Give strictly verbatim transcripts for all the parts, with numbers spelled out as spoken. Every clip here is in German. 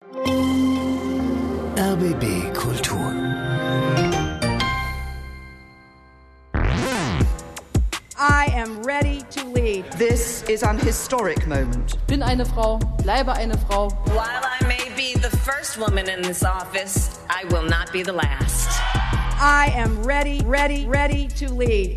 R B B Kultur. I am ready to lead. This is an historic moment. Bin eine Frau, bleibe eine Frau. While I may be the first woman in this office, I will not be the last. I am ready, ready, ready to lead.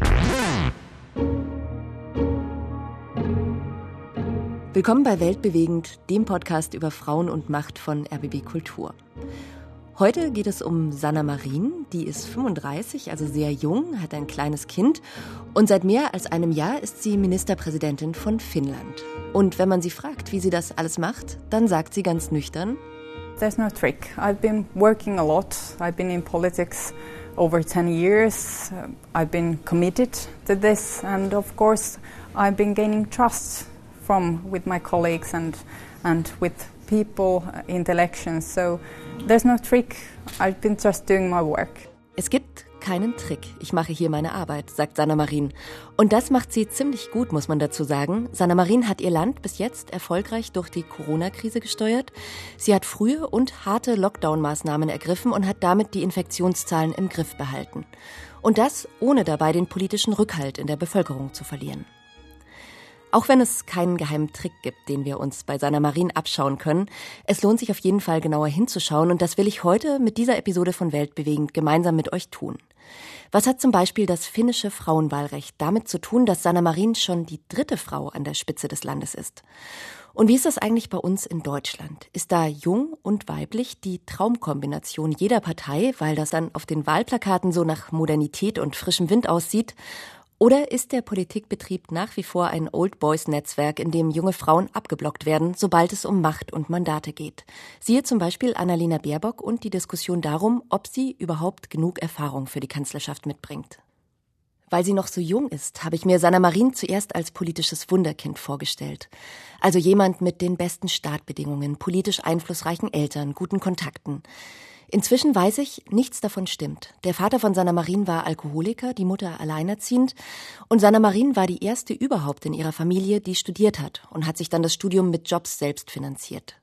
Willkommen bei Weltbewegend, dem Podcast über Frauen und Macht von R B B Kultur. Heute geht es um Sanna Marin, die ist fünfunddreißig, also sehr jung, hat ein kleines Kind und seit mehr als einem Jahr ist sie Ministerpräsidentin von Finnland. Und wenn man sie fragt, wie sie das alles macht, dann sagt sie ganz nüchtern: There's no trick. I've been working a lot. I've been in politics over ten years. I've been committed to this and of course I've been gaining trust from with my colleagues and and with people in the elections. So there's no trick. I've been just doing my work. Es gibt keinen Trick. Ich mache hier meine Arbeit, sagt Sanna Marin. Und das macht sie ziemlich gut, muss man dazu sagen. Sanna Marin hat ihr Land bis jetzt erfolgreich durch die Corona-Krise gesteuert. Sie hat frühe und harte Lockdown-Maßnahmen ergriffen und hat damit die Infektionszahlen im Griff behalten. Und das, ohne dabei den politischen Rückhalt in der Bevölkerung zu verlieren. Auch wenn es keinen geheimen Trick gibt, den wir uns bei Sanna Marin abschauen können, es lohnt sich auf jeden Fall genauer hinzuschauen und das will ich heute mit dieser Episode von Weltbewegend gemeinsam mit euch tun. Was hat zum Beispiel das finnische Frauenwahlrecht damit zu tun, dass Sanna Marin schon die dritte Frau an der Spitze des Landes ist? Und wie ist das eigentlich bei uns in Deutschland? Ist da jung und weiblich die Traumkombination jeder Partei, weil das dann auf den Wahlplakaten so nach Modernität und frischem Wind aussieht? Oder ist der Politikbetrieb nach wie vor ein Old-Boys-Netzwerk, in dem junge Frauen abgeblockt werden, sobald es um Macht und Mandate geht? Siehe zum Beispiel Annalena Baerbock und die Diskussion darum, ob sie überhaupt genug Erfahrung für die Kanzlerschaft mitbringt. Weil sie noch so jung ist, habe ich mir Sanna Marin zuerst als politisches Wunderkind vorgestellt. Also jemand mit den besten Startbedingungen, politisch einflussreichen Eltern, guten Kontakten. Inzwischen weiß ich, nichts davon stimmt. Der Vater von Sanna Marin war Alkoholiker, die Mutter alleinerziehend. Und Sanna Marin war die erste überhaupt in ihrer Familie, die studiert hat und hat sich dann das Studium mit Jobs selbst finanziert.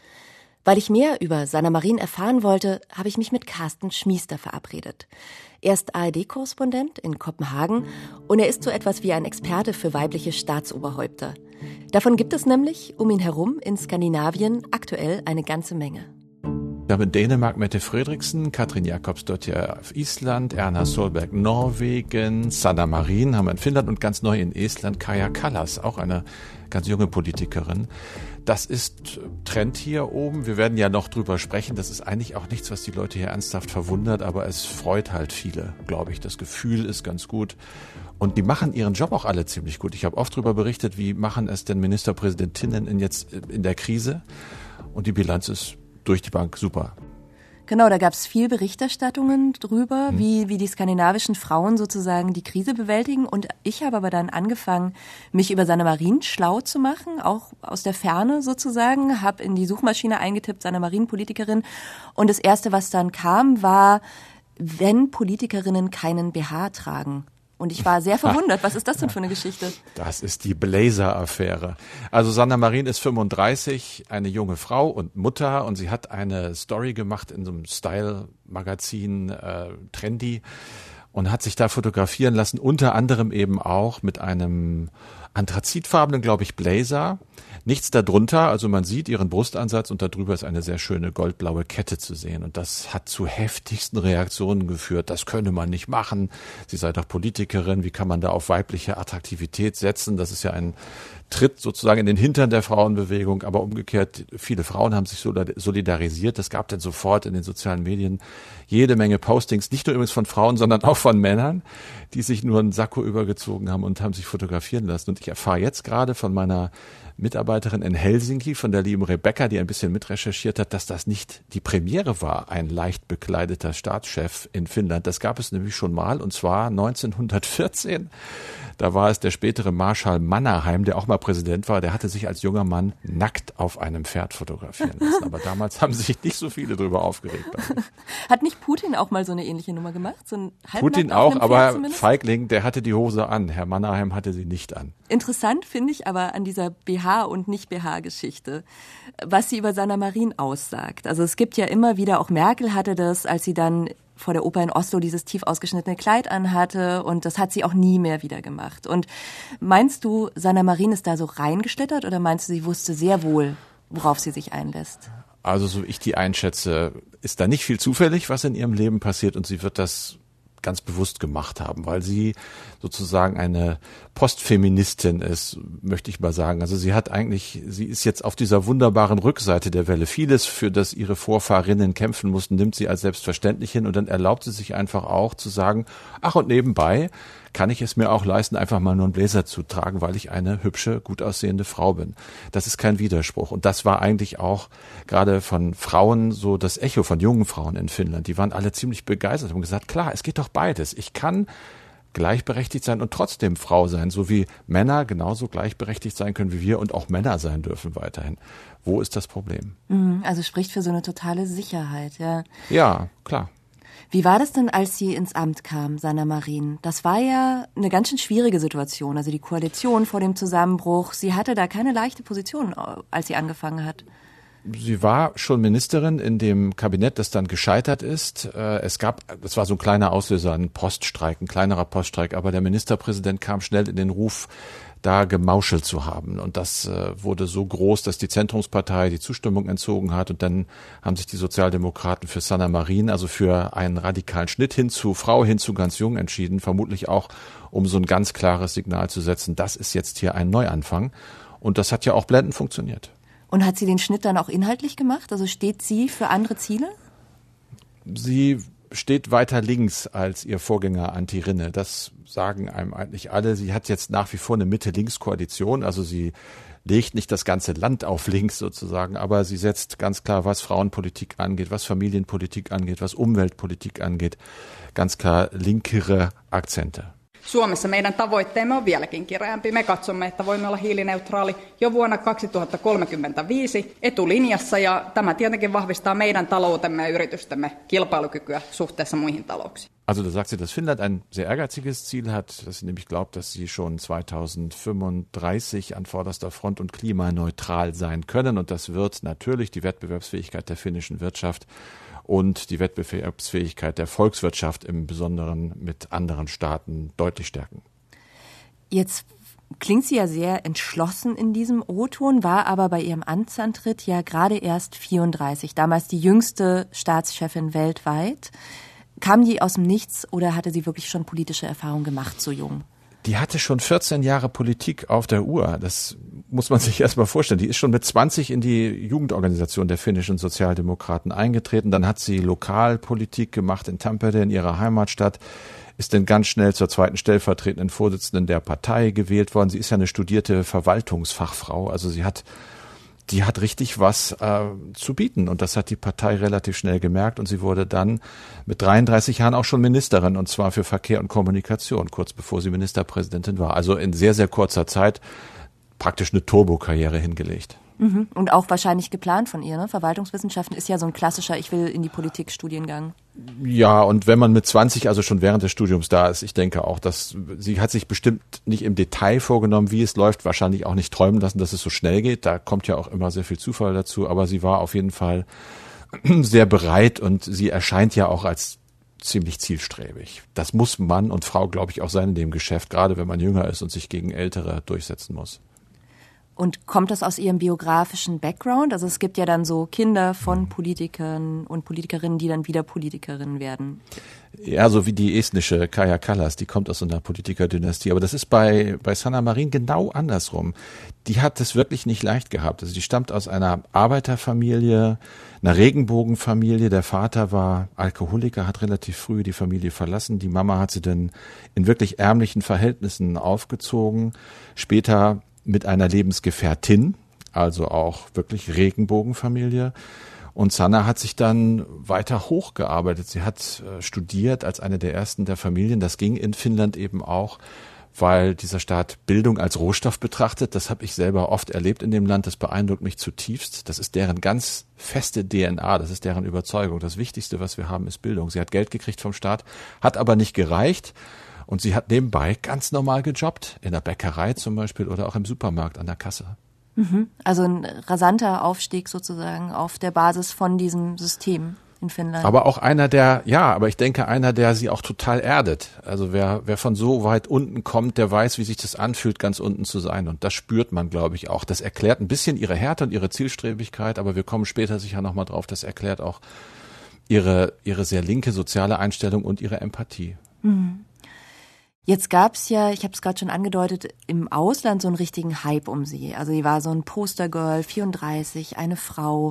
Weil ich mehr über Sanna Marin erfahren wollte, habe ich mich mit Carsten Schmiester verabredet. Er ist A R D-Korrespondent in Kopenhagen und er ist so etwas wie ein Experte für weibliche Staatsoberhäupter. Davon gibt es nämlich um ihn herum in Skandinavien aktuell eine ganze Menge. Wir haben in Dänemark Mette Frederiksen, Katrin Jakobsdottir auf Island, Erna Solberg Norwegen, Sanna Marin haben wir in Finnland und ganz neu in Estland Kaja Kallas, auch eine ganz junge Politikerin. Das ist Trend hier oben. Wir werden ja noch drüber sprechen. Das ist eigentlich auch nichts, was die Leute hier ernsthaft verwundert, aber es freut halt viele, glaube ich. Das Gefühl ist ganz gut. Und die machen ihren Job auch alle ziemlich gut. Ich habe oft darüber berichtet, wie machen es denn Ministerpräsidentinnen in jetzt in der Krise? Und die Bilanz ist durch die Bank super. Genau, da gab es viel Berichterstattungen drüber, hm. wie, wie die skandinavischen Frauen sozusagen die Krise bewältigen. Und ich habe aber dann angefangen, mich über Sanna Marin schlau zu machen, auch aus der Ferne sozusagen, habe in die Suchmaschine eingetippt, Sanna Marin, Politikerin. Und das Erste, was dann kam, war, wenn Politikerinnen keinen B H tragen. Und ich war sehr verwundert. Was ist das denn für eine Geschichte? Das ist die Blazer-Affäre. Also Sanna Marin ist fünfunddreißig, eine junge Frau und Mutter. Und sie hat eine Story gemacht in so einem Style-Magazin, äh, Trendy. Und hat sich da fotografieren lassen, unter anderem eben auch mit einem anthrazitfarbenen, glaube ich, Blazer. Nichts darunter, also man sieht ihren Brustansatz und darüber ist eine sehr schöne goldblaue Kette zu sehen. Und das hat zu heftigsten Reaktionen geführt. Das könne man nicht machen. Sie sei doch Politikerin. Wie kann man da auf weibliche Attraktivität setzen? Das ist ja ein Tritt sozusagen in den Hintern der Frauenbewegung. Aber umgekehrt, viele Frauen haben sich solidarisiert. Es gab dann sofort in den sozialen Medien jede Menge Postings, nicht nur übrigens von Frauen, sondern auch von Männern, die sich nur einen Sakko übergezogen haben und haben sich fotografieren lassen. Und ich erfahre jetzt gerade von meiner Mitarbeiterin in Helsinki, von der lieben Rebecca, die ein bisschen mitrecherchiert hat, dass das nicht die Premiere war, ein leicht bekleideter Staatschef in Finnland. Das gab es nämlich schon mal, und zwar neunzehnhundertvierzehn. Da war es der spätere Marschall Mannerheim, der auch mal Präsident war, der hatte sich als junger Mann nackt auf einem Pferd fotografieren lassen. Aber damals haben sich nicht so viele drüber aufgeregt. Hat nicht Putin auch mal so eine ähnliche Nummer gemacht? So ein Putin auch, aber zumindest? Feigling, der hatte die Hose an. Herr Mannerheim hatte sie nicht an. Interessant finde ich aber an dieser B H B H und Nicht-B H-Geschichte, was sie über Sanna Marin aussagt. Also es gibt ja immer wieder, auch Merkel hatte das, als sie dann vor der Oper in Oslo dieses tief ausgeschnittene Kleid anhatte, und das hat sie auch nie mehr wieder gemacht. Und meinst du, Sanna Marin ist da so reingeschlittert, oder meinst du, sie wusste sehr wohl, worauf sie sich einlässt? Also so wie ich die einschätze, ist da nicht viel zufällig, was in ihrem Leben passiert, und sie wird das ganz bewusst gemacht haben, weil sie sozusagen eine Postfeministin ist, möchte ich mal sagen. Also sie hat eigentlich, sie ist jetzt auf dieser wunderbaren Rückseite der Welle. Vieles, für das ihre Vorfahrinnen kämpfen mussten, nimmt sie als selbstverständlich hin, und dann erlaubt sie sich einfach auch zu sagen, ach, und nebenbei kann ich es mir auch leisten, einfach mal nur einen Bläser zu tragen, weil ich eine hübsche, gut aussehende Frau bin. Das ist kein Widerspruch. Und das war eigentlich auch gerade von Frauen so das Echo von jungen Frauen in Finnland. Die waren alle ziemlich begeistert und haben gesagt, klar, es geht doch beides. Ich kann gleichberechtigt sein und trotzdem Frau sein, so wie Männer genauso gleichberechtigt sein können wie wir und auch Männer sein dürfen weiterhin. Wo ist das Problem? Also spricht für so eine totale Sicherheit, ja. Ja, klar. Wie war das denn, als sie ins Amt kam, Sanna Marin? Das war ja eine ganz schön schwierige Situation. Also die Koalition vor dem Zusammenbruch. Sie hatte da keine leichte Position, als sie angefangen hat. Sie war schon Ministerin in dem Kabinett, das dann gescheitert ist. Es gab, das war so ein kleiner Auslöser, ein Poststreik, ein kleinerer Poststreik. Aber der Ministerpräsident kam schnell in den Ruf, da gemauschelt zu haben. Und das äh, wurde so groß, dass die Zentrumspartei die Zustimmung entzogen hat. Und dann haben sich die Sozialdemokraten für Sanna Marin, also für einen radikalen Schnitt hin zu Frau, hin zu ganz jung entschieden. Vermutlich auch, um so ein ganz klares Signal zu setzen, das ist jetzt hier ein Neuanfang. Und das hat ja auch blendend funktioniert. Und hat sie den Schnitt dann auch inhaltlich gemacht? Also steht sie für andere Ziele? Sie steht weiter links als ihr Vorgänger Antti Rinne. Das sagen einem eigentlich alle. Sie hat jetzt nach wie vor eine Mitte-Links-Koalition. Also sie legt nicht das ganze Land auf links sozusagen, aber sie setzt ganz klar, was Frauenpolitik angeht, was Familienpolitik angeht, was Umweltpolitik angeht, ganz klar linkere Akzente. Suomessa meidän tavoitteemme on vieläkin kireämpi. Me katsomme, että voimme olla hiilineutraali jo vuonna kaksituhattakolmekymmentäviisi etulinjassa, ja tämä tietenkin vahvistaa meidän taloutemme ja yritystemme kilpailukykyä suhteessa muihin talouksiin. Also da sagt sie, dass Finnland ein sehr ehrgeiziges Ziel hat, dass sie nämlich glaubt, dass sie schon zweitausendfünfunddreißig an vorderster Front und klimaneutral sein können, und das wird natürlich die Wettbewerbsfähigkeit der finnischen Wirtschaft und die Wettbewerbsfähigkeit der Volkswirtschaft im Besonderen mit anderen Staaten deutlich stärken. Jetzt klingt sie ja sehr entschlossen in diesem O-Ton, war aber bei ihrem Amtsantritt ja gerade erst vierunddreißig, damals die jüngste Staatschefin weltweit. Kam die aus dem Nichts oder hatte sie wirklich schon politische Erfahrung gemacht, so jung? Die hatte schon vierzehn Jahre Politik auf der Uhr. Das muss man sich erst mal vorstellen. Die ist schon mit zwanzig in die Jugendorganisation der finnischen Sozialdemokraten eingetreten. Dann hat sie Lokalpolitik gemacht in Tampere, in ihrer Heimatstadt, ist dann ganz schnell zur zweiten stellvertretenden Vorsitzenden der Partei gewählt worden. Sie ist ja eine studierte Verwaltungsfachfrau. Also sie hat die hat richtig was äh, zu bieten, und das hat die Partei relativ schnell gemerkt, und sie wurde dann mit dreiunddreißig Jahren auch schon Ministerin, und zwar für Verkehr und Kommunikation, kurz bevor sie Ministerpräsidentin war. Also in sehr, sehr kurzer Zeit praktisch eine Turbokarriere hingelegt. Mhm. Und auch wahrscheinlich geplant von ihr, ne? Verwaltungswissenschaften ist ja so ein klassischer Ich will in die Politik Studiengang. Ja, und wenn man mit zwanzig, also schon während des Studiums da ist, ich denke auch, dass sie hat sich bestimmt nicht im Detail vorgenommen, wie es läuft, wahrscheinlich auch nicht träumen lassen, dass es so schnell geht. Da kommt ja auch immer sehr viel Zufall dazu, aber sie war auf jeden Fall sehr bereit, und sie erscheint ja auch als ziemlich zielstrebig. Das muss Mann und Frau, glaube ich, auch sein in dem Geschäft, gerade wenn man jünger ist und sich gegen Ältere durchsetzen muss. Und kommt das aus ihrem biografischen Background? Also es gibt ja dann so Kinder von Politikern und Politikerinnen, die dann wieder Politikerinnen werden. Ja, so wie die estnische Kaja Kallas, die kommt aus so einer Politikerdynastie. Aber das ist bei, bei Sanna Marin genau andersrum. Die hat es wirklich nicht leicht gehabt. Also die stammt aus einer Arbeiterfamilie, einer Regenbogenfamilie. Der Vater war Alkoholiker, hat relativ früh die Familie verlassen. Die Mama hat sie dann in wirklich ärmlichen Verhältnissen aufgezogen. Später mit einer Lebensgefährtin, also auch wirklich Regenbogenfamilie. Und Sanna hat sich dann weiter hochgearbeitet. Sie hat äh, studiert als eine der ersten der Familien. Das ging in Finnland eben auch, weil dieser Staat Bildung als Rohstoff betrachtet. Das habe ich selber oft erlebt in dem Land. Das beeindruckt mich zutiefst. Das ist deren ganz feste D N A. Das ist deren Überzeugung. Das Wichtigste, was wir haben, ist Bildung. Sie hat Geld gekriegt vom Staat, hat aber nicht gereicht. Und sie hat nebenbei ganz normal gejobbt, in der Bäckerei zum Beispiel oder auch im Supermarkt an der Kasse. Mhm. Also ein rasanter Aufstieg sozusagen auf der Basis von diesem System in Finnland. Aber auch einer, der, ja, aber ich denke, einer, der sie auch total erdet. Also wer, wer von so weit unten kommt, der weiß, wie sich das anfühlt, ganz unten zu sein. Und das spürt man, glaube ich, auch. Das erklärt ein bisschen ihre Härte und ihre Zielstrebigkeit, aber wir kommen später sicher nochmal drauf. Das erklärt auch ihre, ihre sehr linke soziale Einstellung und ihre Empathie. Mhm. Jetzt gab's ja, ich habe es gerade schon angedeutet, im Ausland so einen richtigen Hype um sie. Also sie war so ein Postergirl, vierunddreißig, eine Frau.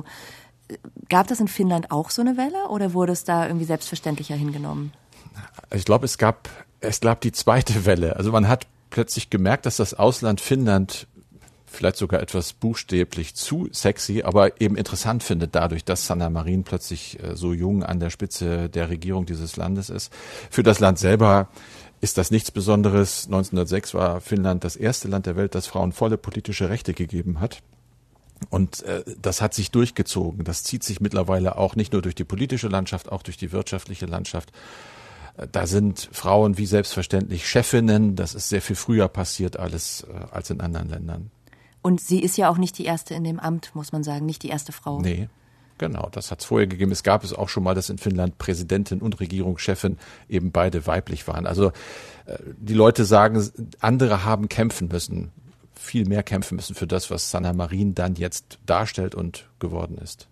Gab das in Finnland auch so eine Welle oder wurde es da irgendwie selbstverständlicher hingenommen? Ich glaube, es gab, es gab die zweite Welle. Also man hat plötzlich gemerkt, dass das Ausland Finnland vielleicht sogar etwas buchstäblich zu sexy, aber eben interessant findet dadurch, dass Sanna Marin plötzlich so jung an der Spitze der Regierung dieses Landes ist. Für das Land selber ist das nichts Besonderes. neunzehnhundertsechs war Finnland das erste Land der Welt, das Frauen volle politische Rechte gegeben hat. Und äh, das hat sich durchgezogen. Das zieht sich mittlerweile auch nicht nur durch die politische Landschaft, auch durch die wirtschaftliche Landschaft. Äh, da sind Frauen wie selbstverständlich Chefinnen. Das ist sehr viel früher passiert alles äh, als in anderen Ländern. Und sie ist ja auch nicht die erste in dem Amt, muss man sagen, nicht die erste Frau. Nee, genau, das hat es vorher gegeben. Es gab es auch schon mal, dass in Finnland Präsidentin und Regierungschefin eben beide weiblich waren. Also äh, die Leute sagen, andere haben kämpfen müssen. viel mehr kämpfen müssen für das, was Sanna Marin dann jetzt darstellt und geworden ist.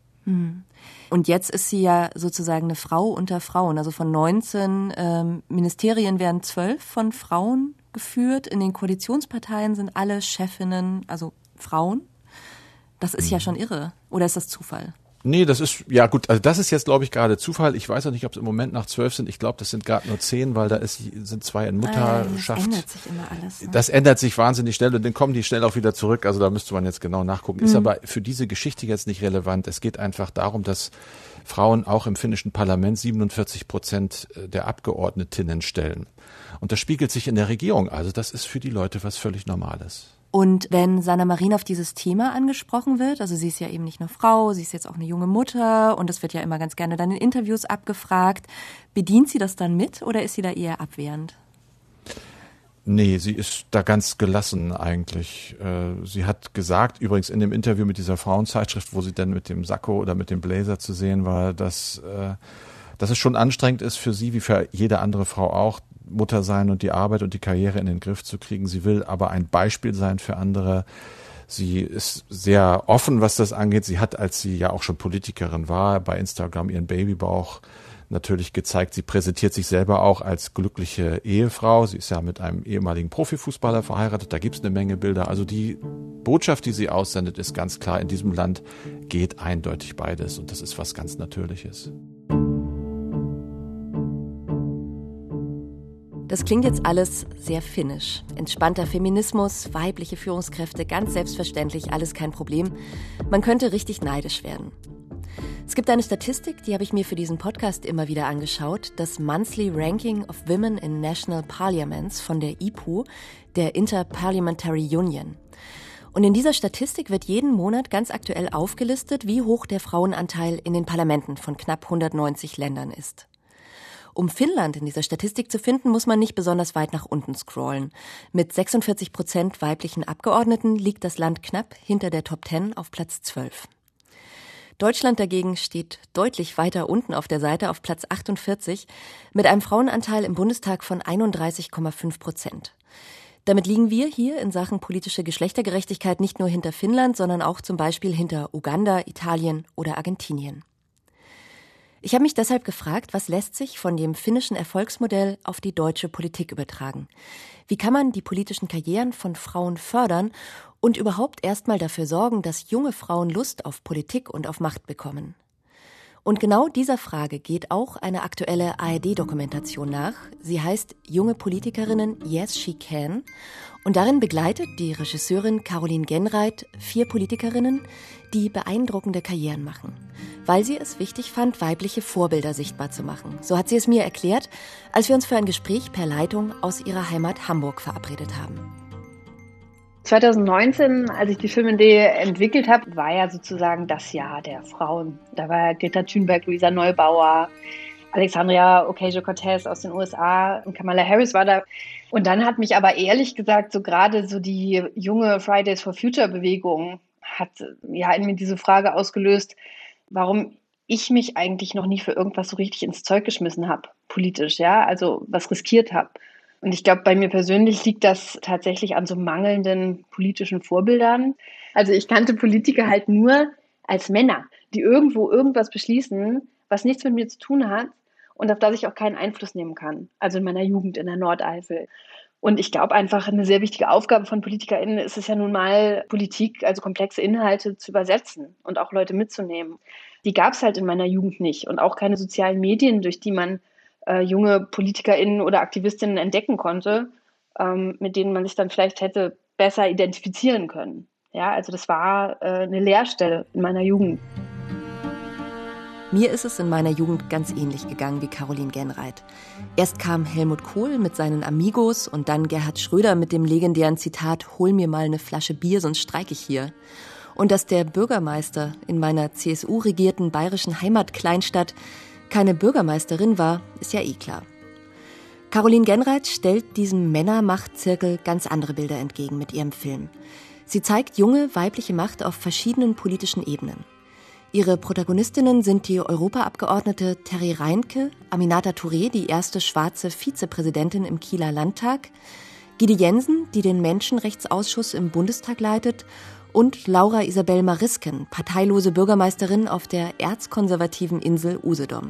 Und jetzt ist sie ja sozusagen eine Frau unter Frauen. Also von neunzehn ähm, Ministerien werden zwölf von Frauen geführt. In den Koalitionsparteien sind alle Chefinnen, also Frauen. Das ist mhm. ja schon irre. Oder ist das Zufall? Nee, das ist, ja gut, also das ist jetzt, glaube ich, gerade Zufall. Ich weiß auch nicht, ob es im Moment nach zwölf sind. Ich glaube, das sind gerade nur zehn, weil da ist, sind zwei in Mutterschaft. Das ändert sich immer alles. Ne? Das ändert sich wahnsinnig schnell und dann kommen die schnell auch wieder zurück. Also da müsste man jetzt genau nachgucken. Ist mhm. aber für diese Geschichte jetzt nicht relevant. Es geht einfach darum, dass Frauen auch im finnischen Parlament siebenundvierzig Prozent der Abgeordnetinnen stellen. Und das spiegelt sich in der Regierung. Also das ist für die Leute was völlig Normales. Und wenn Sanna Marin auf dieses Thema angesprochen wird, also sie ist ja eben nicht nur Frau, sie ist jetzt auch eine junge Mutter und es wird ja immer ganz gerne dann in Interviews abgefragt, bedient sie das dann mit oder ist sie da eher abwehrend? Nee, sie ist da ganz gelassen eigentlich. Sie hat gesagt, übrigens in dem Interview mit dieser Frauenzeitschrift, wo sie dann mit dem Sakko oder mit dem Blazer zu sehen war, dass, dass es schon anstrengend ist für sie, wie für jede andere Frau auch, Mutter sein und die Arbeit und die Karriere in den Griff zu kriegen. Sie will aber ein Beispiel sein für andere. Sie ist sehr offen, was das angeht. Sie hat, als sie ja auch schon Politikerin war, bei Instagram ihren Babybauch natürlich gezeigt. Sie präsentiert sich selber auch als glückliche Ehefrau. Sie ist ja mit einem ehemaligen Profifußballer verheiratet. Da gibt es eine Menge Bilder. Also die Botschaft, die sie aussendet, ist ganz klar, in diesem Land geht eindeutig beides. Und das ist was ganz Natürliches. Das klingt jetzt alles sehr finnisch. Entspannter Feminismus, weibliche Führungskräfte, ganz selbstverständlich, alles kein Problem. Man könnte richtig neidisch werden. Es gibt eine Statistik, die habe ich mir für diesen Podcast immer wieder angeschaut, das Monthly Ranking of Women in National Parliaments von der I P U, der Inter-Parliamentary Union. Und in dieser Statistik wird jeden Monat ganz aktuell aufgelistet, wie hoch der Frauenanteil in den Parlamenten von knapp hundertneunzig Ländern ist. Um Finnland in dieser Statistik zu finden, muss man nicht besonders weit nach unten scrollen. Mit sechsundvierzig Prozent weiblichen Abgeordneten liegt das Land knapp hinter der Top zehn auf Platz zwölf. Deutschland dagegen steht deutlich weiter unten auf der Seite auf Platz achtundvierzig mit einem Frauenanteil im Bundestag von einunddreißig Komma fünf Prozent. Damit liegen wir hier in Sachen politische Geschlechtergerechtigkeit nicht nur hinter Finnland, sondern auch zum Beispiel hinter Uganda, Italien oder Argentinien. Ich habe mich deshalb gefragt, was lässt sich von dem finnischen Erfolgsmodell auf die deutsche Politik übertragen? Wie kann man die politischen Karrieren von Frauen fördern und überhaupt erstmal dafür sorgen, dass junge Frauen Lust auf Politik und auf Macht bekommen? Und genau dieser Frage geht auch eine aktuelle A R D-Dokumentation nach. Sie heißt Junge Politikerinnen, Yes, She Can. Und darin begleitet die Regisseurin Caroline Genreit vier Politikerinnen, die beeindruckende Karrieren machen, weil sie es wichtig fand, weibliche Vorbilder sichtbar zu machen. So hat sie es mir erklärt, als wir uns für ein Gespräch per Leitung aus ihrer Heimat Hamburg verabredet haben. zwanzig neunzehn, als ich die Filmidee entwickelt habe, war ja sozusagen das Jahr der Frauen. Da war Greta Thunberg, Luisa Neubauer, Alexandria Ocasio-Cortez aus den U S A und Kamala Harris war da. Und dann hat mich aber ehrlich gesagt so gerade so die junge Fridays for Future Bewegung hat ja in mir diese Frage ausgelöst, warum ich mich eigentlich noch nie für irgendwas so richtig ins Zeug geschmissen habe, politisch, ja, also was riskiert habe. Und ich glaube, bei mir persönlich liegt das tatsächlich an so mangelnden politischen Vorbildern. Also ich kannte Politiker halt nur als Männer, die irgendwo irgendwas beschließen, was nichts mit mir zu tun hat und auf das ich auch keinen Einfluss nehmen kann. Also in meiner Jugend in der Nordeifel. Und ich glaube einfach, eine sehr wichtige Aufgabe von PolitikerInnen ist es ja nun mal, Politik, also komplexe Inhalte zu übersetzen und auch Leute mitzunehmen. Die gab es halt in meiner Jugend nicht und auch keine sozialen Medien, durch die man äh, junge PolitikerInnen oder Aktivistinnen entdecken konnte, ähm, mit denen man sich dann vielleicht hätte besser identifizieren können. Ja, also das war äh, eine Leerstelle in meiner Jugend. Mir ist es in meiner Jugend ganz ähnlich gegangen wie Caroline Genreit. Erst kam Helmut Kohl mit seinen Amigos und dann Gerhard Schröder mit dem legendären Zitat „Hol mir mal eine Flasche Bier, sonst streik ich hier." Und dass der Bürgermeister in meiner C S U-regierten bayerischen Heimatkleinstadt keine Bürgermeisterin war, ist ja eh klar. Caroline Genreit stellt diesem Männermachtzirkel ganz andere Bilder entgegen mit ihrem Film. Sie zeigt junge weibliche Macht auf verschiedenen politischen Ebenen. Ihre Protagonistinnen sind die Europaabgeordnete Terry Reinke, Aminata Touré, die erste schwarze Vizepräsidentin im Kieler Landtag, Gide Jensen, die den Menschenrechtsausschuss im Bundestag leitet, und Laura Isabel Marisken, parteilose Bürgermeisterin auf der erzkonservativen Insel Usedom.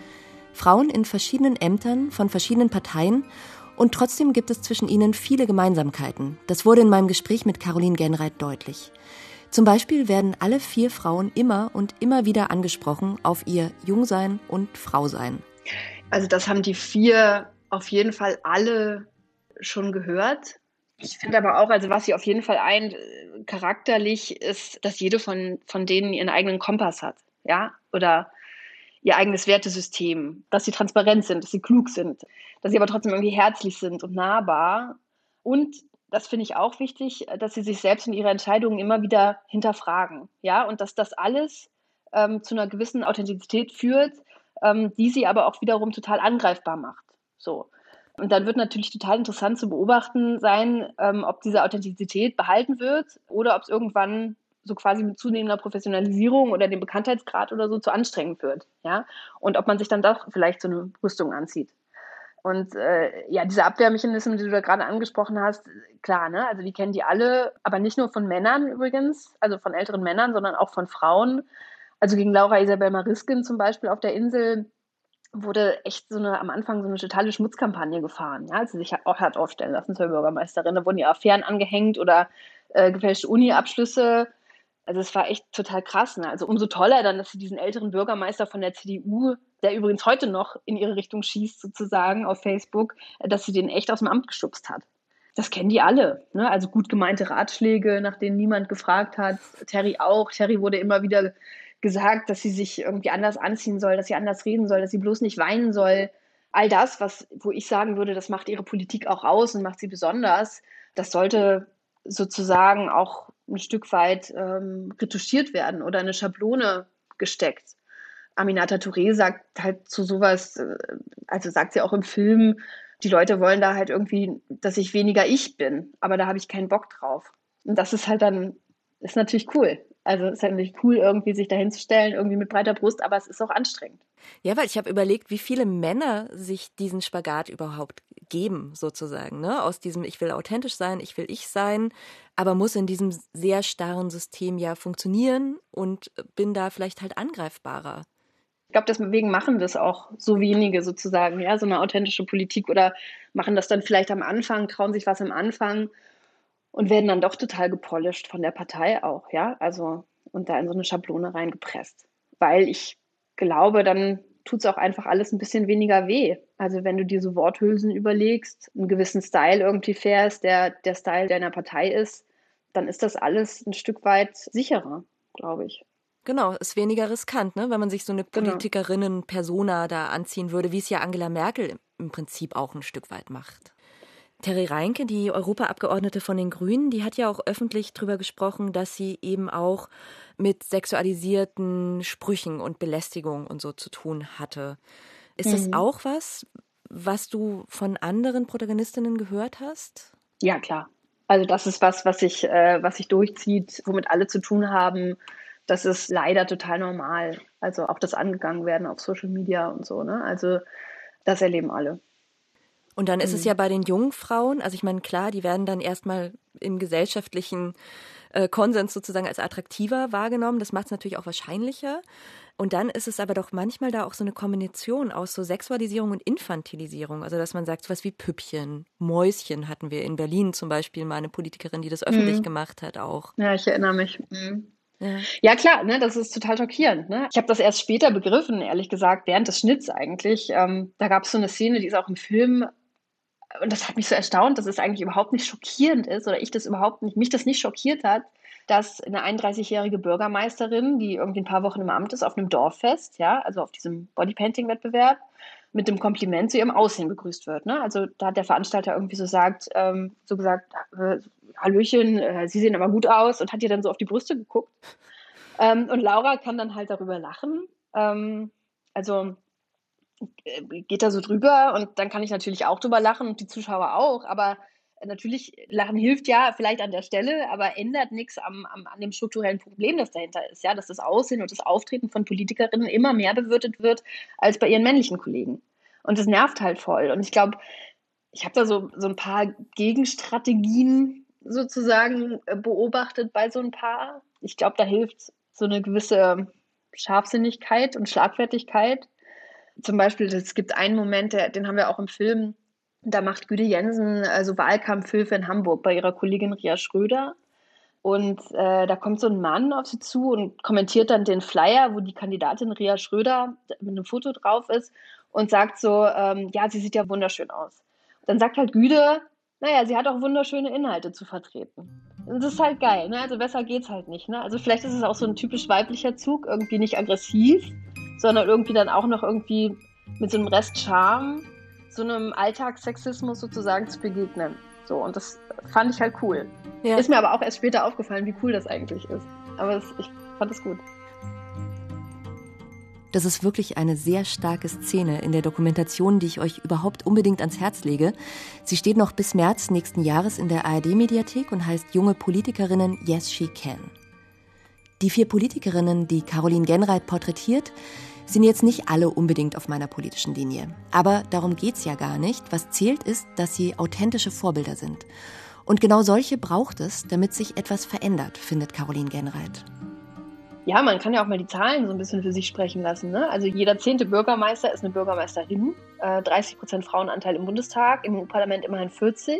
Frauen in verschiedenen Ämtern von verschiedenen Parteien, und trotzdem gibt es zwischen ihnen viele Gemeinsamkeiten. Das wurde in meinem Gespräch mit Caroline Genreit deutlich. Zum Beispiel werden alle vier Frauen immer und immer wieder angesprochen auf ihr Jungsein und Frausein. Also das haben die vier auf jeden Fall alle schon gehört. Ich finde aber auch, also was sie auf jeden Fall eint, charakterlich ist, dass jede von, von denen ihren eigenen Kompass hat, ja, oder ihr eigenes Wertesystem, dass sie transparent sind, dass sie klug sind, dass sie aber trotzdem irgendwie herzlich sind und nahbar. Und das finde ich auch wichtig, dass sie sich selbst und ihre Entscheidungen immer wieder hinterfragen, ja, und dass das alles ähm, zu einer gewissen Authentizität führt, ähm, die sie aber auch wiederum total angreifbar macht, so. Und dann wird natürlich total interessant zu beobachten sein, ähm, ob diese Authentizität behalten wird oder ob es irgendwann so quasi mit zunehmender Professionalisierung oder dem Bekanntheitsgrad oder so zu anstrengend wird, ja, und ob man sich dann doch vielleicht so eine Rüstung anzieht. Und äh, ja, diese Abwehrmechanismen, die du da gerade angesprochen hast, klar, ne, also die kennen die alle, aber nicht nur von Männern übrigens, also von älteren Männern, sondern auch von Frauen. Also gegen Laura Isabel Marisken zum Beispiel auf der Insel wurde echt so eine, am Anfang so eine totale Schmutzkampagne gefahren, ja, als sie sich auch hat aufstellen lassen zur Bürgermeisterin. Da wurden ihr Affären angehängt oder äh, gefälschte Uni-Abschlüsse. Also es war echt total krass. Ne? Also umso toller dann, dass sie diesen älteren Bürgermeister von der C D U, der übrigens heute noch in ihre Richtung schießt sozusagen auf Facebook, dass sie den echt aus dem Amt geschubst hat. Das kennen die alle. Ne? Also gut gemeinte Ratschläge, nach denen niemand gefragt hat. Terry auch. Terry wurde immer wieder gesagt, dass sie sich irgendwie anders anziehen soll, dass sie anders reden soll, dass sie bloß nicht weinen soll. All das, was, wo ich sagen würde, das macht ihre Politik auch aus und macht sie besonders, das sollte sozusagen auch ein Stück weit ähm, retuschiert werden oder eine Schablone gesteckt. Aminata Touré sagt halt zu sowas, äh, also sagt sie auch im Film, die Leute wollen da halt irgendwie, dass ich weniger ich bin, aber da habe ich keinen Bock drauf. Und das ist halt dann, ist natürlich cool. Also es ist halt natürlich cool, irgendwie sich da hinzustellen, irgendwie mit breiter Brust, aber es ist auch anstrengend. Ja, weil ich habe überlegt, wie viele Männer sich diesen Spagat überhaupt geben, sozusagen, ne? Aus diesem ich will authentisch sein, ich will ich sein, aber muss in diesem sehr starren System ja funktionieren und bin da vielleicht halt angreifbarer. Ich glaube, deswegen machen das auch so wenige sozusagen, ja, so eine authentische Politik oder machen das dann vielleicht am Anfang, trauen sich was am Anfang und werden dann doch total gepolished von der Partei auch, ja, also und da in so eine Schablone reingepresst. Weil ich glaube, dann tut es auch einfach alles ein bisschen weniger weh. Also wenn du dir so Worthülsen überlegst, einen gewissen Style irgendwie fährst, der der Style deiner Partei ist, dann ist das alles ein Stück weit sicherer, glaube ich. Genau, ist weniger riskant, ne, wenn man sich so eine Politikerinnen-Persona da anziehen würde, wie es ja Angela Merkel im Prinzip auch ein Stück weit macht. Terry Reinke, die Europaabgeordnete von den Grünen, die hat ja auch öffentlich darüber gesprochen, dass sie eben auch mit sexualisierten Sprüchen und Belästigung und so zu tun hatte. Ist mhm. das auch was, was du von anderen Protagonistinnen gehört hast? Ja, klar. Also das ist was, was sich, äh, was sich durchzieht, womit alle zu tun haben. Das ist leider total normal. Also auch das angegangen werden auf Social Media und so, ne? Also das erleben alle. Und dann ist mhm. es ja bei den jungen Frauen, also ich meine, klar, die werden dann erstmal im gesellschaftlichen äh, Konsens sozusagen als attraktiver wahrgenommen. Das macht es natürlich auch wahrscheinlicher. Und dann ist es aber doch manchmal da auch so eine Kombination aus so Sexualisierung und Infantilisierung. Also dass man sagt, sowas wie Püppchen, Mäuschen hatten wir in Berlin zum Beispiel mal eine Politikerin, die das öffentlich mhm. gemacht hat auch. Ja, ich erinnere mich. Mhm. Ja. ja klar, ne, das ist total schockierend. Ne? Ich habe das erst später begriffen, ehrlich gesagt, während des Schnitts eigentlich. Ähm, da gab es so eine Szene, die ist auch im Film, und das hat mich so erstaunt, dass es eigentlich überhaupt nicht schockierend ist oder ich das überhaupt nicht, mich das nicht schockiert hat, dass eine einunddreißigjährige Bürgermeisterin, die irgendwie ein paar Wochen im Amt ist, auf einem Dorffest, ja, also auf diesem Bodypainting-Wettbewerb, mit dem Kompliment zu ihrem Aussehen begrüßt wird. Ne? Also da hat der Veranstalter irgendwie so sagt, ähm, so gesagt, äh, Hallöchen, äh, Sie sehen aber gut aus, und hat ihr dann so auf die Brüste geguckt. Ähm, und Laura kann dann halt darüber lachen. Ähm, also äh, geht da so drüber, und dann kann ich natürlich auch drüber lachen und die Zuschauer auch, aber natürlich, Lachen hilft ja vielleicht an der Stelle, aber ändert nichts am, am, an dem strukturellen Problem, das dahinter ist, ja, dass das Aussehen und das Auftreten von Politikerinnen immer mehr bewirtet wird als bei ihren männlichen Kollegen. Und das nervt halt voll. Und ich glaube, ich habe da so, so ein paar Gegenstrategien sozusagen beobachtet bei so ein paar. Ich glaube, da hilft so eine gewisse Scharfsinnigkeit und Schlagfertigkeit. Zum Beispiel, es gibt einen Moment, der, den haben wir auch im Film. Da macht Güde Jensen also Wahlkampfhilfe in Hamburg bei ihrer Kollegin Ria Schröder. Und äh, da kommt so ein Mann auf sie zu und kommentiert dann den Flyer, wo die Kandidatin Ria Schröder mit einem Foto drauf ist, und sagt so, ähm, ja, sie sieht ja wunderschön aus. Dann sagt halt Güde, naja, sie hat auch wunderschöne Inhalte zu vertreten. Und das ist halt geil, ne? Also besser geht's halt nicht. Ne? Also vielleicht ist es auch so ein typisch weiblicher Zug, irgendwie nicht aggressiv, sondern irgendwie dann auch noch irgendwie mit so einem Rest Charme so einem Alltagssexismus sozusagen zu begegnen. So, und das fand ich halt cool. Ja. Ist mir aber auch erst später aufgefallen, wie cool das eigentlich ist. Aber das, ich fand es gut. Das ist wirklich eine sehr starke Szene in der Dokumentation, die ich euch überhaupt unbedingt ans Herz lege. Sie steht noch bis März nächsten Jahres in der A R D-Mediathek und heißt Junge Politikerinnen, Yes, She Can. Die vier Politikerinnen, die Caroline Genreit porträtiert, sind jetzt nicht alle unbedingt auf meiner politischen Linie. Aber darum geht's ja gar nicht. Was zählt ist, dass sie authentische Vorbilder sind. Und genau solche braucht es, damit sich etwas verändert, findet Caroline Genreit. Ja, man kann ja auch mal die Zahlen so ein bisschen für sich sprechen lassen. Ne? Also jeder zehnte Bürgermeister ist eine Bürgermeisterin. Äh, dreißig Prozent Frauenanteil im Bundestag, im E U-Parlament immerhin vierzig.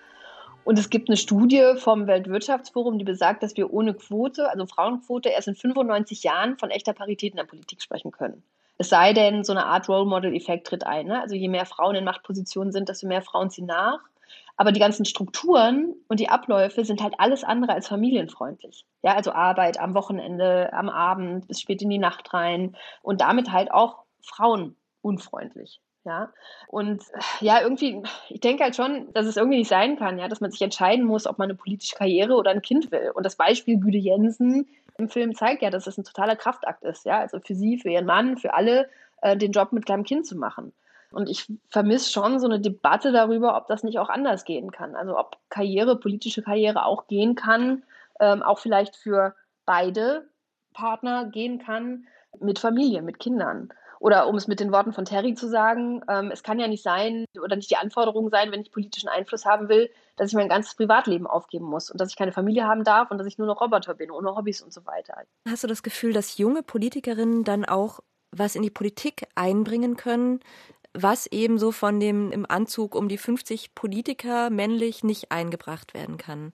Und es gibt eine Studie vom Weltwirtschaftsforum, die besagt, dass wir ohne Quote, also Frauenquote, erst in fünfundneunzig Jahren von echter Parität in der Politik sprechen können. Es sei denn, so eine Art Role-Model-Effekt tritt ein. Ne? Also je mehr Frauen in Machtpositionen sind, desto mehr Frauen ziehen nach. Aber die ganzen Strukturen und die Abläufe sind halt alles andere als familienfreundlich. Ja, also Arbeit am Wochenende, am Abend, bis spät in die Nacht rein und damit halt auch frauenunfreundlich. Ja, und ja, irgendwie, ich denke halt schon, dass es irgendwie nicht sein kann, ja, dass man sich entscheiden muss, ob man eine politische Karriere oder ein Kind will. Und das Beispiel Güde Jensen im Film zeigt ja, dass es ein totaler Kraftakt ist, ja, also für sie, für ihren Mann, für alle, äh, den Job mit kleinem Kind zu machen. Und ich vermisse schon so eine Debatte darüber, ob das nicht auch anders gehen kann. Also ob Karriere, politische Karriere auch gehen kann, ähm, auch vielleicht für beide Partner gehen kann, mit Familie, mit Kindern. Oder um es mit den Worten von Terry zu sagen, ähm, es kann ja nicht sein oder nicht die Anforderung sein, wenn ich politischen Einfluss haben will, dass ich mein ganzes Privatleben aufgeben muss und dass ich keine Familie haben darf und dass ich nur noch Roboter bin, ohne Hobbys und so weiter. Hast du das Gefühl, dass junge Politikerinnen dann auch was in die Politik einbringen können, was eben so von dem im Anzug um die fünfzig Politiker männlich nicht eingebracht werden kann?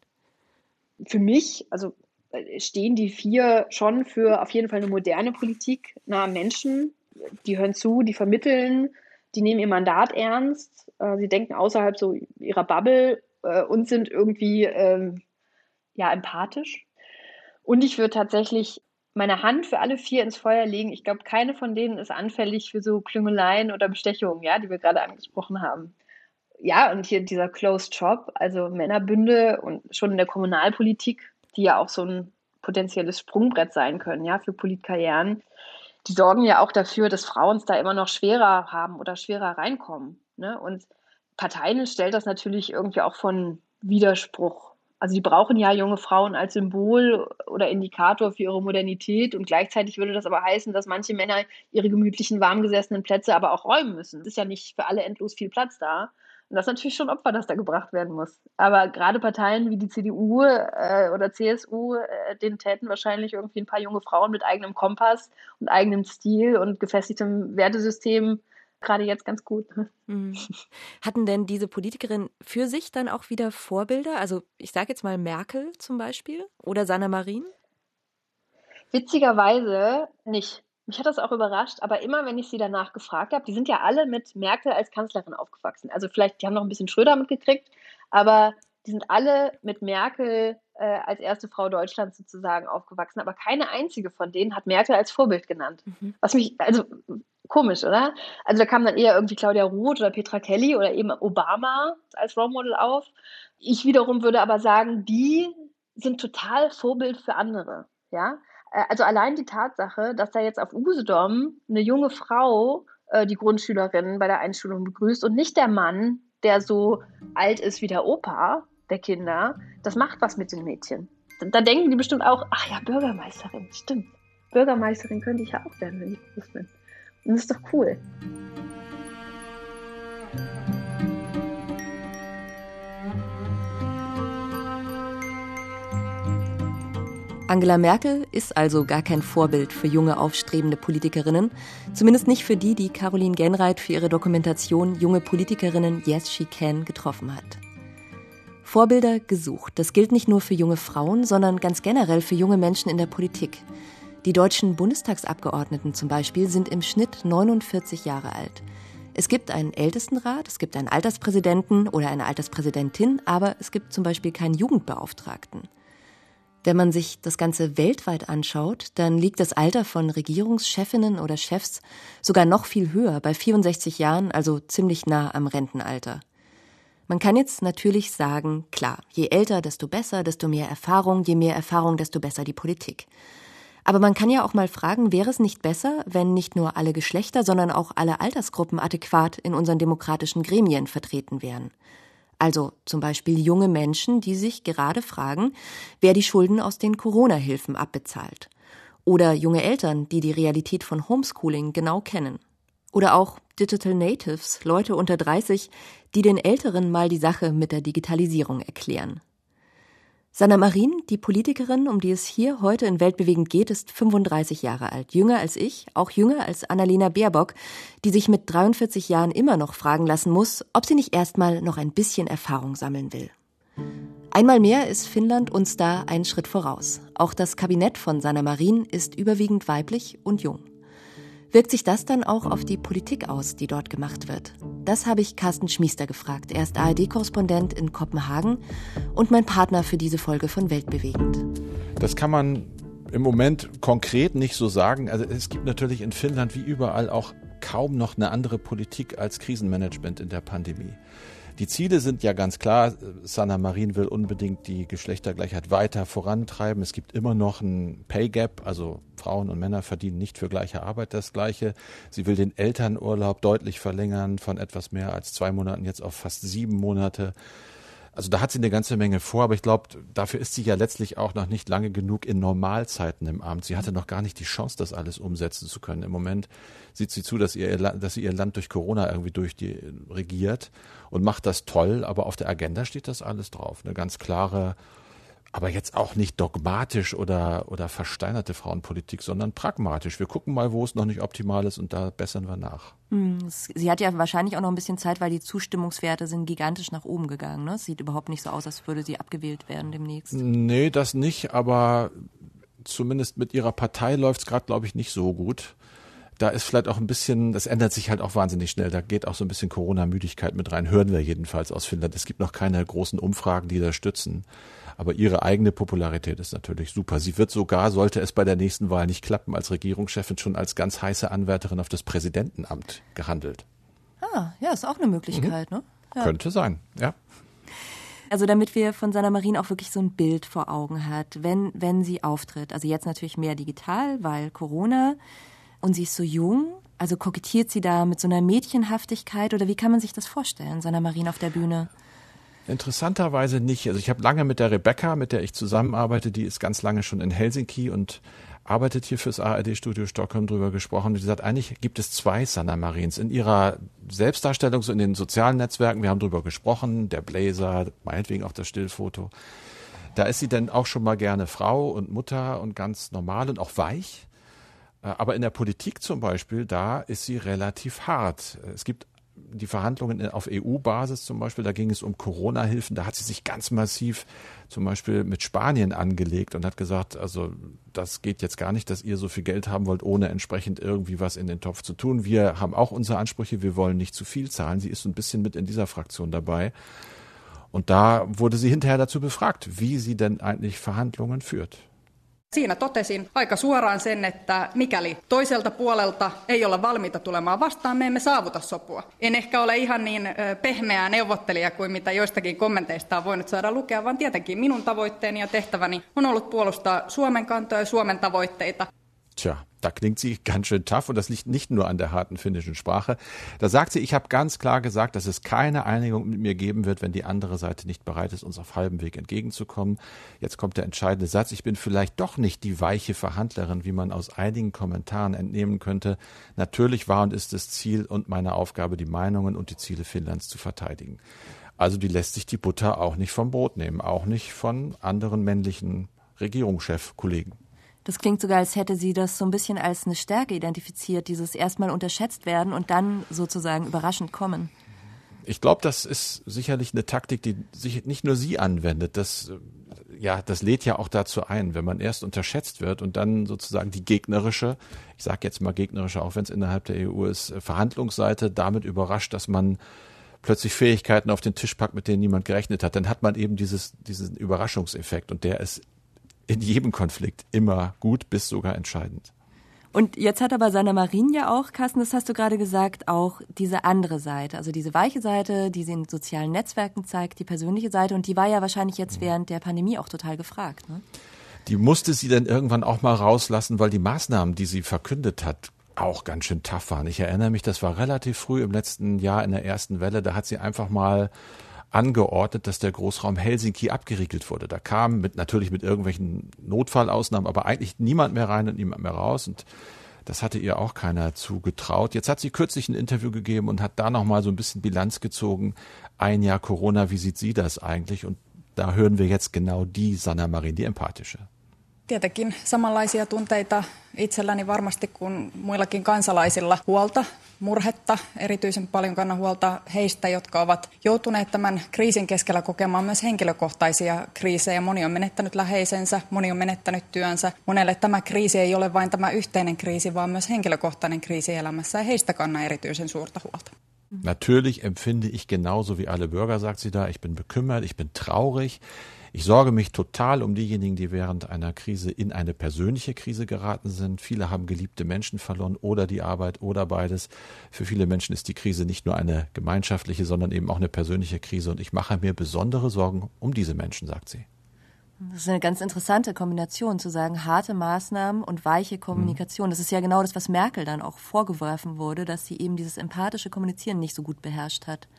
Für mich, also stehen die vier schon für auf jeden Fall eine moderne Politik nahe Menschen. Die hören zu, die vermitteln, die nehmen ihr Mandat ernst, äh, sie denken außerhalb so ihrer Bubble äh, und sind irgendwie ähm, ja, empathisch. Und ich würde tatsächlich meine Hand für alle vier ins Feuer legen. Ich glaube, keine von denen ist anfällig für so Klüngeleien oder Bestechungen, ja, die wir gerade angesprochen haben. Ja, und hier dieser Closed Shop, also Männerbünde und schon in der Kommunalpolitik, die ja auch so ein potenzielles Sprungbrett sein können, ja, für Politkarrieren. Die sorgen ja auch dafür, dass Frauen es da immer noch schwerer haben oder schwerer reinkommen. Ne? Und Parteien stellt das natürlich irgendwie auch von Widerspruch Also die brauchen ja junge Frauen als Symbol oder Indikator für ihre Modernität und gleichzeitig würde das aber heißen, dass manche Männer ihre gemütlichen, warmgesessenen Plätze aber auch räumen müssen. Es ist ja nicht für alle endlos viel Platz da. Und das ist natürlich schon Opfer, das da gebracht werden muss. Aber gerade Parteien wie die C D U äh, oder C S U, äh, denen täten wahrscheinlich irgendwie ein paar junge Frauen mit eigenem Kompass und eigenem Stil und gefestigtem Wertesystem gerade jetzt ganz gut. Mhm. Hatten denn diese Politikerinnen für sich dann auch wieder Vorbilder? Also ich sage jetzt mal Merkel zum Beispiel oder Sanna Marin? Witzigerweise nicht. Mich hat das auch überrascht, aber immer, wenn ich sie danach gefragt habe, die sind ja alle mit Merkel als Kanzlerin aufgewachsen. Also vielleicht, die haben noch ein bisschen Schröder mitgekriegt, aber die sind alle mit Merkel äh, als erste Frau Deutschlands sozusagen aufgewachsen. Aber keine einzige von denen hat Merkel als Vorbild genannt. Mhm. Was mich, also komisch, oder? Also da kam dann eher irgendwie Claudia Roth oder Petra Kelly oder eben Obama als Role Model auf. Ich wiederum würde aber sagen, die sind total Vorbild für andere, ja? Also allein die Tatsache, dass da jetzt auf Usedom eine junge Frau äh, die Grundschülerin bei der Einschulung begrüßt und nicht der Mann, der so alt ist wie der Opa der Kinder, das macht was mit den Mädchen. Da, da denken die bestimmt auch, ach ja, Bürgermeisterin, stimmt. Bürgermeisterin könnte ich ja auch werden, wenn ich groß bin. Und das ist doch cool. Angela Merkel ist also gar kein Vorbild für junge, aufstrebende Politikerinnen. Zumindest nicht für die, die Caroline Genreit für ihre Dokumentation Junge Politikerinnen Yes, She Can getroffen hat. Vorbilder gesucht. Das gilt nicht nur für junge Frauen, sondern ganz generell für junge Menschen in der Politik. Die deutschen Bundestagsabgeordneten zum Beispiel sind im Schnitt neunundvierzig Jahre alt. Es gibt einen Ältestenrat, es gibt einen Alterspräsidenten oder eine Alterspräsidentin, aber es gibt zum Beispiel keinen Jugendbeauftragten. Wenn man sich das Ganze weltweit anschaut, dann liegt das Alter von Regierungschefinnen oder Chefs sogar noch viel höher, bei vierundsechzig Jahren, also ziemlich nah am Rentenalter. Man kann jetzt natürlich sagen, klar, je älter, desto besser, desto mehr Erfahrung, je mehr Erfahrung, desto besser die Politik. Aber man kann ja auch mal fragen, wäre es nicht besser, wenn nicht nur alle Geschlechter, sondern auch alle Altersgruppen adäquat in unseren demokratischen Gremien vertreten wären? Also zum Beispiel junge Menschen, die sich gerade fragen, wer die Schulden aus den Corona-Hilfen abbezahlt. Oder junge Eltern, die die Realität von Homeschooling genau kennen. Oder auch Digital Natives, Leute unter dreißig, die den Älteren mal die Sache mit der Digitalisierung erklären. Sanna Marin, die Politikerin, um die es hier heute in Weltbewegend geht, ist fünfunddreißig Jahre alt, jünger als ich, auch jünger als Annalena Baerbock, die sich mit dreiundvierzig Jahren immer noch fragen lassen muss, ob sie nicht erstmal noch ein bisschen Erfahrung sammeln will. Einmal mehr ist Finnland uns da einen Schritt voraus. Auch das Kabinett von Sanna Marin ist überwiegend weiblich und jung. Wirkt sich das dann auch auf die Politik aus, die dort gemacht wird? Das habe ich Carsten Schmiester gefragt. Er ist A R D-Korrespondent in Kopenhagen und mein Partner für diese Folge von Weltbewegend. Das kann man im Moment konkret nicht so sagen. Also es gibt natürlich in Finnland wie überall auch kaum noch eine andere Politik als Krisenmanagement in der Pandemie. Die Ziele sind ja ganz klar. Sanna Marin will unbedingt die Geschlechtergleichheit weiter vorantreiben. Es gibt immer noch ein Pay Gap, also Frauen und Männer verdienen nicht für gleiche Arbeit das Gleiche. Sie will den Elternurlaub deutlich verlängern, von etwas mehr als zwei Monaten jetzt auf fast sieben Monate. Also da hat sie eine ganze Menge vor, aber ich glaube, dafür ist sie ja letztlich auch noch nicht lange genug in Normalzeiten im Amt. Sie hatte noch gar nicht die Chance, das alles umsetzen zu können. Im Moment sieht sie zu, dass, ihr, dass sie ihr Land durch Corona irgendwie durch die regiert und macht das toll, aber auf der Agenda steht das alles drauf. Eine ganz klare, aber jetzt auch nicht dogmatisch oder, oder versteinerte Frauenpolitik, sondern pragmatisch. Wir gucken mal, wo es noch nicht optimal ist und da bessern wir nach. Sie hat ja wahrscheinlich auch noch ein bisschen Zeit, weil die Zustimmungswerte sind gigantisch nach oben gegangen. Ne? Es sieht überhaupt nicht so aus, als würde sie abgewählt werden demnächst. Nee, das nicht, aber zumindest mit ihrer Partei läuft es gerade, glaube ich, nicht so gut. Da ist vielleicht auch ein bisschen, das ändert sich halt auch wahnsinnig schnell. Da geht auch so ein bisschen Corona-Müdigkeit mit rein, hören wir jedenfalls aus Finnland. Es gibt noch keine großen Umfragen, die das stützen. Aber ihre eigene Popularität ist natürlich super. Sie wird sogar, sollte es bei der nächsten Wahl nicht klappen, als Regierungschefin schon als ganz heiße Anwärterin auf das Präsidentenamt gehandelt. Ah, ja, ist auch eine Möglichkeit, mhm. ne? Ja. Könnte sein, ja. Also damit wir von Sanna Marin auch wirklich so ein Bild vor Augen hat, wenn, wenn sie auftritt. Also jetzt natürlich mehr digital, weil Corona und sie ist so jung. Also kokettiert sie da mit so einer Mädchenhaftigkeit oder wie kann man sich das vorstellen, Sanna Marin auf der Bühne? Interessanterweise nicht. Also ich habe lange mit der Rebecca, mit der ich zusammenarbeite, die ist ganz lange schon in Helsinki und arbeitet hier fürs A R D-Studio Stockholm, drüber gesprochen. Die sagt, eigentlich gibt es zwei Sanna Marins in ihrer Selbstdarstellung, so in den sozialen Netzwerken. Wir haben drüber gesprochen, der Blazer, meinetwegen auch das Stillfoto. Da ist sie dann auch schon mal gerne Frau und Mutter und ganz normal und auch weich. Aber in der Politik zum Beispiel, da ist sie relativ hart. Es gibt die Verhandlungen auf E U-Basis zum Beispiel, da ging es um Corona-Hilfen, da hat sie sich ganz massiv zum Beispiel mit Spanien angelegt und hat gesagt, also das geht jetzt gar nicht, dass ihr so viel Geld haben wollt, ohne entsprechend irgendwie was in den Topf zu tun. Wir haben auch unsere Ansprüche, wir wollen nicht zu viel zahlen. Sie ist so ein bisschen mit in dieser Fraktion dabei. Und da wurde sie hinterher dazu befragt, wie sie denn eigentlich Verhandlungen führt. Siinä totesin aika suoraan sen, että mikäli toiselta puolelta ei olla valmiita tulemaan vastaan, me emme saavuta sopua. En ehkä ole ihan niin pehmeä neuvottelija kuin mitä joistakin kommenteista on voinut saada lukea, vaan tietenkin minun tavoitteeni ja tehtäväni on ollut puolustaa Suomen kantoja ja Suomen tavoitteita. Tja, da klingt sie ganz schön tough und das liegt nicht nur an der harten finnischen Sprache. Da sagt sie, ich habe ganz klar gesagt, dass es keine Einigung mit mir geben wird, wenn die andere Seite nicht bereit ist, uns auf halbem Weg entgegenzukommen. Jetzt kommt der entscheidende Satz, ich bin vielleicht doch nicht die weiche Verhandlerin, wie man aus einigen Kommentaren entnehmen könnte. Natürlich war und ist es Ziel und meine Aufgabe, die Meinungen und die Ziele Finnlands zu verteidigen. Also die lässt sich die Butter auch nicht vom Brot nehmen, auch nicht von anderen männlichen Regierungschefkollegen. Das klingt sogar, als hätte sie das so ein bisschen als eine Stärke identifiziert, dieses erstmal unterschätzt werden und dann sozusagen überraschend kommen. Ich glaube, das ist sicherlich eine Taktik, die sich nicht nur sie anwendet. Das, ja, das lädt ja auch dazu ein, wenn man erst unterschätzt wird und dann sozusagen die gegnerische, ich sage jetzt mal gegnerische, auch wenn es innerhalb der E U ist, Verhandlungsseite damit überrascht, dass man plötzlich Fähigkeiten auf den Tisch packt, mit denen niemand gerechnet hat. Dann hat man eben dieses, diesen Überraschungseffekt und der ist in jedem Konflikt immer gut bis sogar entscheidend. Und jetzt hat aber Sanna Marin ja auch, Carsten, das hast du gerade gesagt, auch diese andere Seite, also diese weiche Seite, die sie in sozialen Netzwerken zeigt, die persönliche Seite, und die war ja wahrscheinlich jetzt während der Pandemie auch total gefragt, ne? Die musste sie dann irgendwann auch mal rauslassen, weil die Maßnahmen, die sie verkündet hat, auch ganz schön tough waren. Ich erinnere mich, das war relativ früh im letzten Jahr in der ersten Welle, da hat sie einfach mal angeordnet, dass der Großraum Helsinki abgeriegelt wurde. Da kam mit natürlich mit irgendwelchen Notfallausnahmen, aber eigentlich niemand mehr rein und niemand mehr raus. Und das hatte ihr auch keiner zugetraut. Jetzt hat sie kürzlich ein Interview gegeben und hat da nochmal so ein bisschen Bilanz gezogen. Ein Jahr Corona, wie sieht sie das eigentlich? Und da hören wir jetzt genau die Sanna Marin, die empathische. Tietenkin samanlaisia tunteita itselläni varmasti kuin muillakin kansalaisilla, huolta, murhetta, erityisen paljon kannan huolta heistä, jotka ovat joutuneet tämän kriisin keskellä kokemaan myös henkilökohtaisia kriisejä. Moni on menettänyt läheisensä, moni on menettänyt työnsä. Monelle tämä kriisi ei ole vain tämä yhteinen kriisi, vaan myös henkilökohtainen kriisi elämässä ja heistä kannan erityisen suurta huolta. Natürlich empfinde ich genauso wie alle Bürger, sagt sie da. Ich bin bekümmert, ich bin traurig. Ich sorge mich total um diejenigen, die während einer Krise in eine persönliche Krise geraten sind. Viele haben geliebte Menschen verloren oder die Arbeit oder beides. Für viele Menschen ist die Krise nicht nur eine gemeinschaftliche, sondern eben auch eine persönliche Krise. Und ich mache mir besondere Sorgen um diese Menschen, sagt sie. Das ist eine ganz interessante Kombination, zu sagen, harte Maßnahmen und weiche Kommunikation. Das ist ja genau das, was Merkel dann auch vorgeworfen wurde, dass sie eben dieses empathische Kommunizieren nicht so gut beherrscht hat.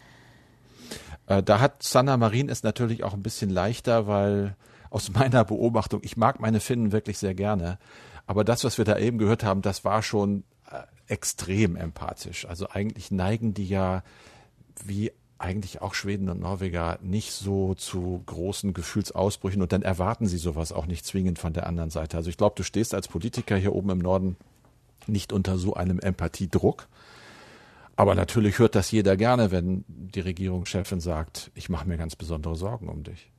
Da hat Sanna Marin es natürlich auch ein bisschen leichter, weil aus meiner Beobachtung, ich mag meine Finnen wirklich sehr gerne, aber das, was wir da eben gehört haben, das war schon extrem empathisch. Also eigentlich neigen die ja, wie eigentlich auch Schweden und Norweger, nicht so zu großen Gefühlsausbrüchen und dann erwarten sie sowas auch nicht zwingend von der anderen Seite. Also ich glaube, du stehst als Politiker hier oben im Norden nicht unter so einem Empathiedruck. Aber natürlich hört das jeder gerne, wenn die Regierungschefin sagt, ich mache mir ganz besondere Sorgen um dich.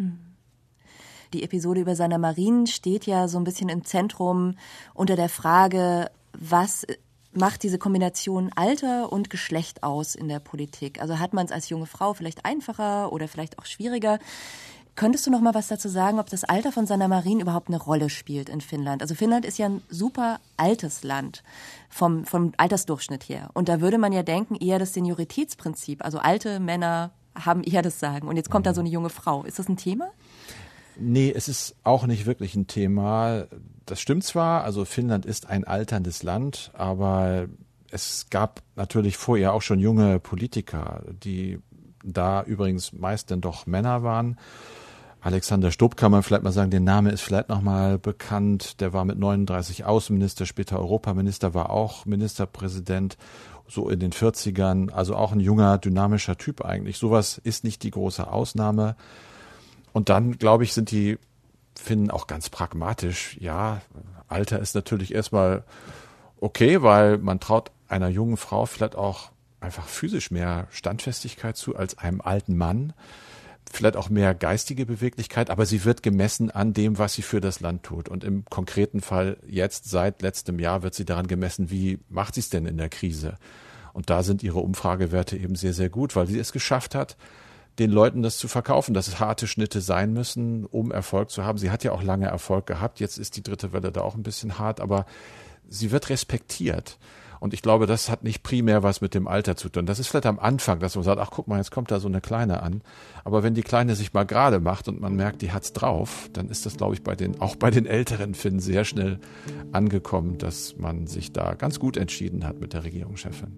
Die Episode über Sanna Marin steht ja so ein bisschen im Zentrum unter der Frage, was macht diese Kombination Alter und Geschlecht aus in der Politik? Also hat man es als junge Frau vielleicht einfacher oder vielleicht auch schwieriger? Könntest du noch mal was dazu sagen, ob das Alter von Sanna Marin überhaupt eine Rolle spielt in Finnland? Also Finnland ist ja ein super altes Land vom, vom Altersdurchschnitt her. Und da würde man ja denken, eher das Senioritätsprinzip. Also alte Männer haben eher das Sagen. Und jetzt kommt da so eine junge Frau. Ist das ein Thema? Nee, es ist auch nicht wirklich ein Thema. Das stimmt zwar, also Finnland ist ein alterndes Land, aber es gab natürlich vorher auch schon junge Politiker, die da übrigens meist dann doch Männer waren. Alexander Stubb kann man vielleicht mal sagen, der Name ist vielleicht nochmal bekannt. Der war mit neununddreißig Außenminister, später Europaminister, war auch Ministerpräsident, so in den vierzigern. Also auch ein junger, dynamischer Typ eigentlich. Sowas ist nicht die große Ausnahme. Und dann, glaube ich, sind die Finnen auch ganz pragmatisch. Ja, Alter ist natürlich erstmal okay, weil man traut einer jungen Frau vielleicht auch einfach physisch mehr Standfestigkeit zu als einem alten Mann. Vielleicht auch mehr geistige Beweglichkeit, aber sie wird gemessen an dem, was sie für das Land tut. Und im konkreten Fall jetzt, seit letztem Jahr, wird sie daran gemessen, wie macht sie es denn in der Krise? Und da sind ihre Umfragewerte eben sehr, sehr gut, weil sie es geschafft hat, den Leuten das zu verkaufen, dass es harte Schnitte sein müssen, um Erfolg zu haben. Sie hat ja auch lange Erfolg gehabt. Jetzt ist die dritte Welle da auch ein bisschen hart, aber sie wird respektiert. Und ich glaube, das hat nicht primär was mit dem Alter zu tun. Das ist vielleicht am Anfang, dass man sagt, ach guck mal, jetzt kommt da so eine Kleine an. Aber wenn die Kleine sich mal gerade macht und man merkt, die hat's drauf, dann ist das, glaube ich, bei den, auch bei den älteren Finnen sehr schnell angekommen, dass man sich da ganz gut entschieden hat mit der Regierungschefin.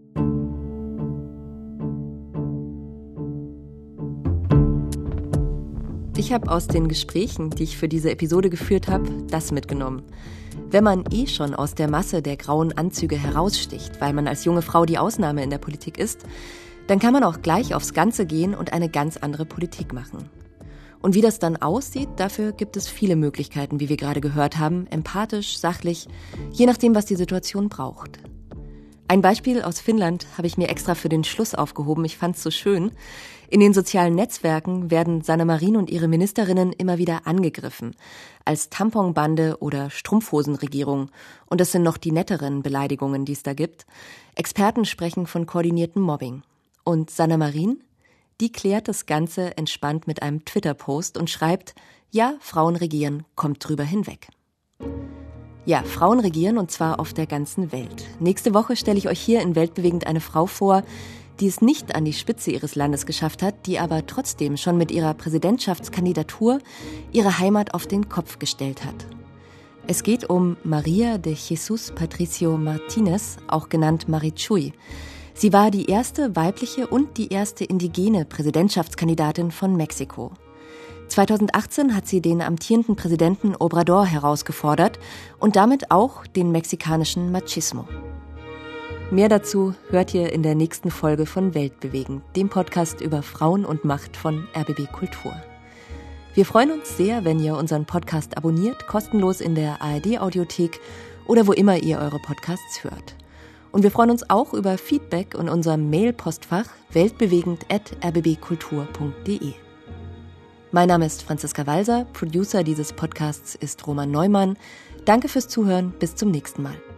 Ich habe aus den Gesprächen, die ich für diese Episode geführt habe, das mitgenommen. Wenn man eh schon aus der Masse der grauen Anzüge heraussticht, weil man als junge Frau die Ausnahme in der Politik ist, dann kann man auch gleich aufs Ganze gehen und eine ganz andere Politik machen. Und wie das dann aussieht, dafür gibt es viele Möglichkeiten, wie wir gerade gehört haben, empathisch, sachlich, je nachdem, was die Situation braucht. Ein Beispiel aus Finnland habe ich mir extra für den Schluss aufgehoben. Ich fand's so schön. In den sozialen Netzwerken werden Sanna Marin und ihre Ministerinnen immer wieder angegriffen. Als Tamponbande oder Strumpfhosenregierung. Und das sind noch die netteren Beleidigungen, die es da gibt. Experten sprechen von koordiniertem Mobbing. Und Sanna Marin, die klärt das Ganze entspannt mit einem Twitter-Post und schreibt, ja, Frauen regieren, kommt drüber hinweg. Ja, Frauen regieren und zwar auf der ganzen Welt. Nächste Woche stelle ich euch hier in Weltbewegend eine Frau vor, die es nicht an die Spitze ihres Landes geschafft hat, die aber trotzdem schon mit ihrer Präsidentschaftskandidatur ihre Heimat auf den Kopf gestellt hat. Es geht um Maria de Jesus Patricio Martinez, auch genannt Marichuy. Sie war die erste weibliche und die erste indigene Präsidentschaftskandidatin von Mexiko. zweitausendachtzehn hat sie den amtierenden Präsidenten Obrador herausgefordert und damit auch den mexikanischen Machismo. Mehr dazu hört ihr in der nächsten Folge von Weltbewegend, dem Podcast über Frauen und Macht von R B B Kultur. Wir freuen uns sehr, wenn ihr unseren Podcast abonniert, kostenlos in der A R D-Audiothek oder wo immer ihr eure Podcasts hört. Und wir freuen uns auch über Feedback in unserem Mail-Postfach weltbewegend at r b b kultur punkt d e. Mein Name ist Franziska Walser, Producer dieses Podcasts ist Roman Neumann. Danke fürs Zuhören, bis zum nächsten Mal.